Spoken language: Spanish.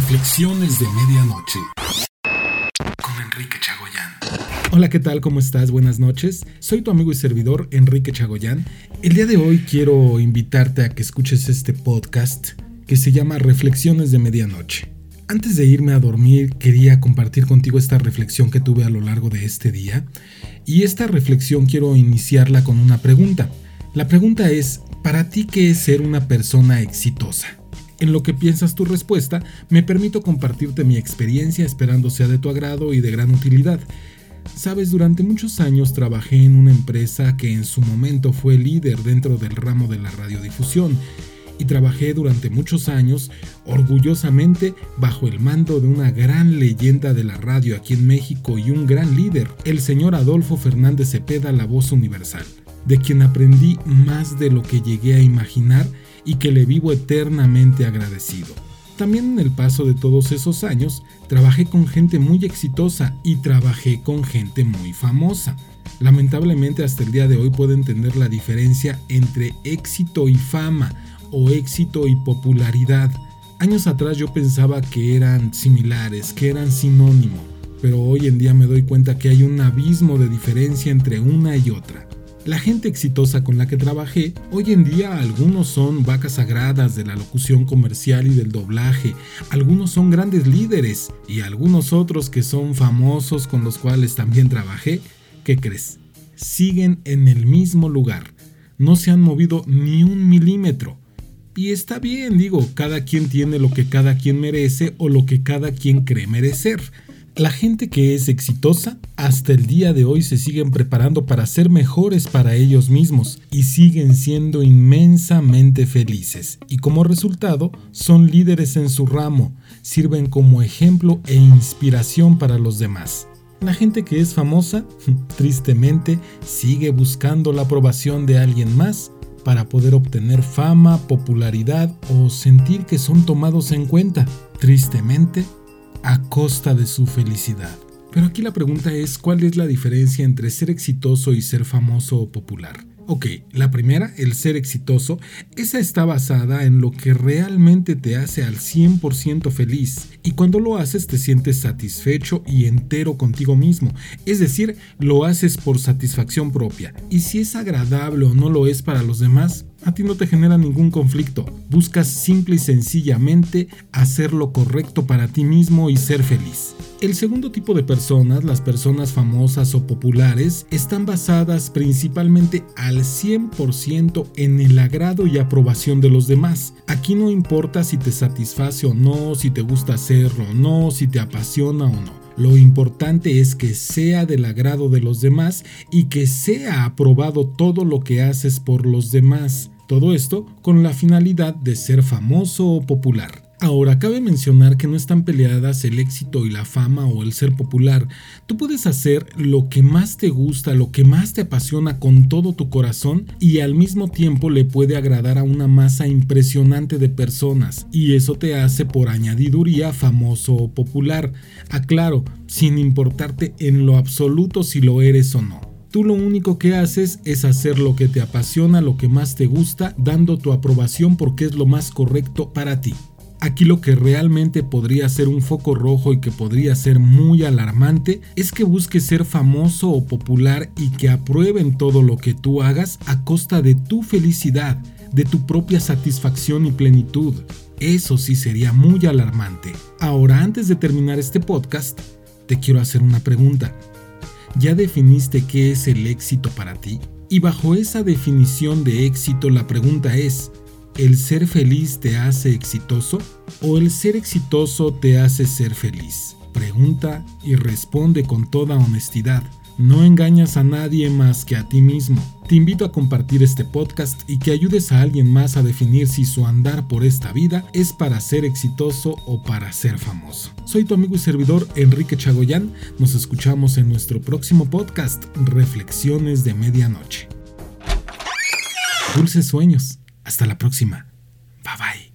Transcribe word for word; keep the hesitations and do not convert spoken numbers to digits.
Reflexiones de Medianoche con Enrique Chagoyán. Hola, ¿qué tal? ¿Cómo estás? Buenas noches. Soy tu amigo y servidor Enrique Chagoyán. El día de hoy quiero invitarte a que escuches este podcast que se llama Reflexiones de Medianoche. Antes de irme a dormir, quería compartir contigo esta reflexión que tuve a lo largo de este día. Y esta reflexión quiero iniciarla con una pregunta. La pregunta es, ¿para ti qué es ser una persona exitosa? En lo que piensas tu respuesta, me permito compartirte mi experiencia esperando sea de tu agrado y de gran utilidad. Sabes, durante muchos años trabajé en una empresa que en su momento fue líder dentro del ramo de la radiodifusión y trabajé durante muchos años orgullosamente bajo el mando de una gran leyenda de la radio aquí en México y un gran líder, el señor Adolfo Fernández Cepeda, la voz universal, de quien aprendí más de lo que llegué a imaginar y que le vivo eternamente agradecido. También en el paso de todos esos años, trabajé con gente muy exitosa y trabajé con gente muy famosa. Lamentablemente hasta el día de hoy puedo entender la diferencia entre éxito y fama o éxito y popularidad. Años atrás yo pensaba que eran similares, que eran sinónimo, pero hoy en día me doy cuenta que hay un abismo de diferencia entre una y otra. La gente exitosa con la que trabajé, hoy en día algunos son vacas sagradas de la locución comercial y del doblaje, algunos son grandes líderes y algunos otros que son famosos con los cuales también trabajé, ¿qué crees? Siguen en el mismo lugar, no se han movido ni un milímetro. Y está bien, digo, cada quien tiene lo que cada quien merece o lo que cada quien cree merecer. La gente que es exitosa hasta el día de hoy se siguen preparando para ser mejores para ellos mismos y siguen siendo inmensamente felices y como resultado son líderes en su ramo, sirven como ejemplo e inspiración para los demás. La gente que es famosa, tristemente, sigue buscando la aprobación de alguien más para poder obtener fama, popularidad o sentir que son tomados en cuenta. Tristemente, a costa de su felicidad. Pero aquí la pregunta es, ¿cuál es la diferencia entre ser exitoso y ser famoso o popular? Ok, la primera, el ser exitoso, esa está basada en lo que realmente te hace al cien por ciento feliz y cuando lo haces te sientes satisfecho y entero contigo mismo, es decir, lo haces por satisfacción propia y si es agradable o no lo es para los demás, a ti no te genera ningún conflicto, buscas simple y sencillamente hacer lo correcto para ti mismo y ser feliz. El segundo tipo de personas, las personas famosas o populares, están basadas principalmente al cien por ciento en el agrado y aprobación de los demás. Aquí no importa si te satisface o no, si te gusta hacerlo o no, si te apasiona o no. Lo importante es que sea del agrado de los demás y que sea aprobado todo lo que haces por los demás. Todo esto con la finalidad de ser famoso o popular. Ahora, cabe mencionar que no están peleadas el éxito y la fama o el ser popular. Tú puedes hacer lo que más te gusta, lo que más te apasiona con todo tu corazón y al mismo tiempo le puede agradar a una masa impresionante de personas y eso te hace por añadiduría famoso o popular. Aclaro, sin importarte en lo absoluto si lo eres o no. Tú lo único que haces es hacer lo que te apasiona, lo que más te gusta, dando tu aprobación porque es lo más correcto para ti. Aquí lo que realmente podría ser un foco rojo y que podría ser muy alarmante es que busques ser famoso o popular y que aprueben todo lo que tú hagas a costa de tu felicidad, de tu propia satisfacción y plenitud. Eso sí sería muy alarmante. Ahora, antes de terminar este podcast, te quiero hacer una pregunta. ¿Ya definiste qué es el éxito para ti? Y bajo esa definición de éxito la pregunta es, ¿el ser feliz te hace exitoso o el ser exitoso te hace ser feliz? Pregunta y responde con toda honestidad. No engañas a nadie más que a ti mismo. Te invito a compartir este podcast y que ayudes a alguien más a definir si su andar por esta vida es para ser exitoso o para ser famoso. Soy tu amigo y servidor Enrique Chagoyán. Nos escuchamos en nuestro próximo podcast, Reflexiones de Medianoche. Dulces sueños. Hasta la próxima. Bye bye.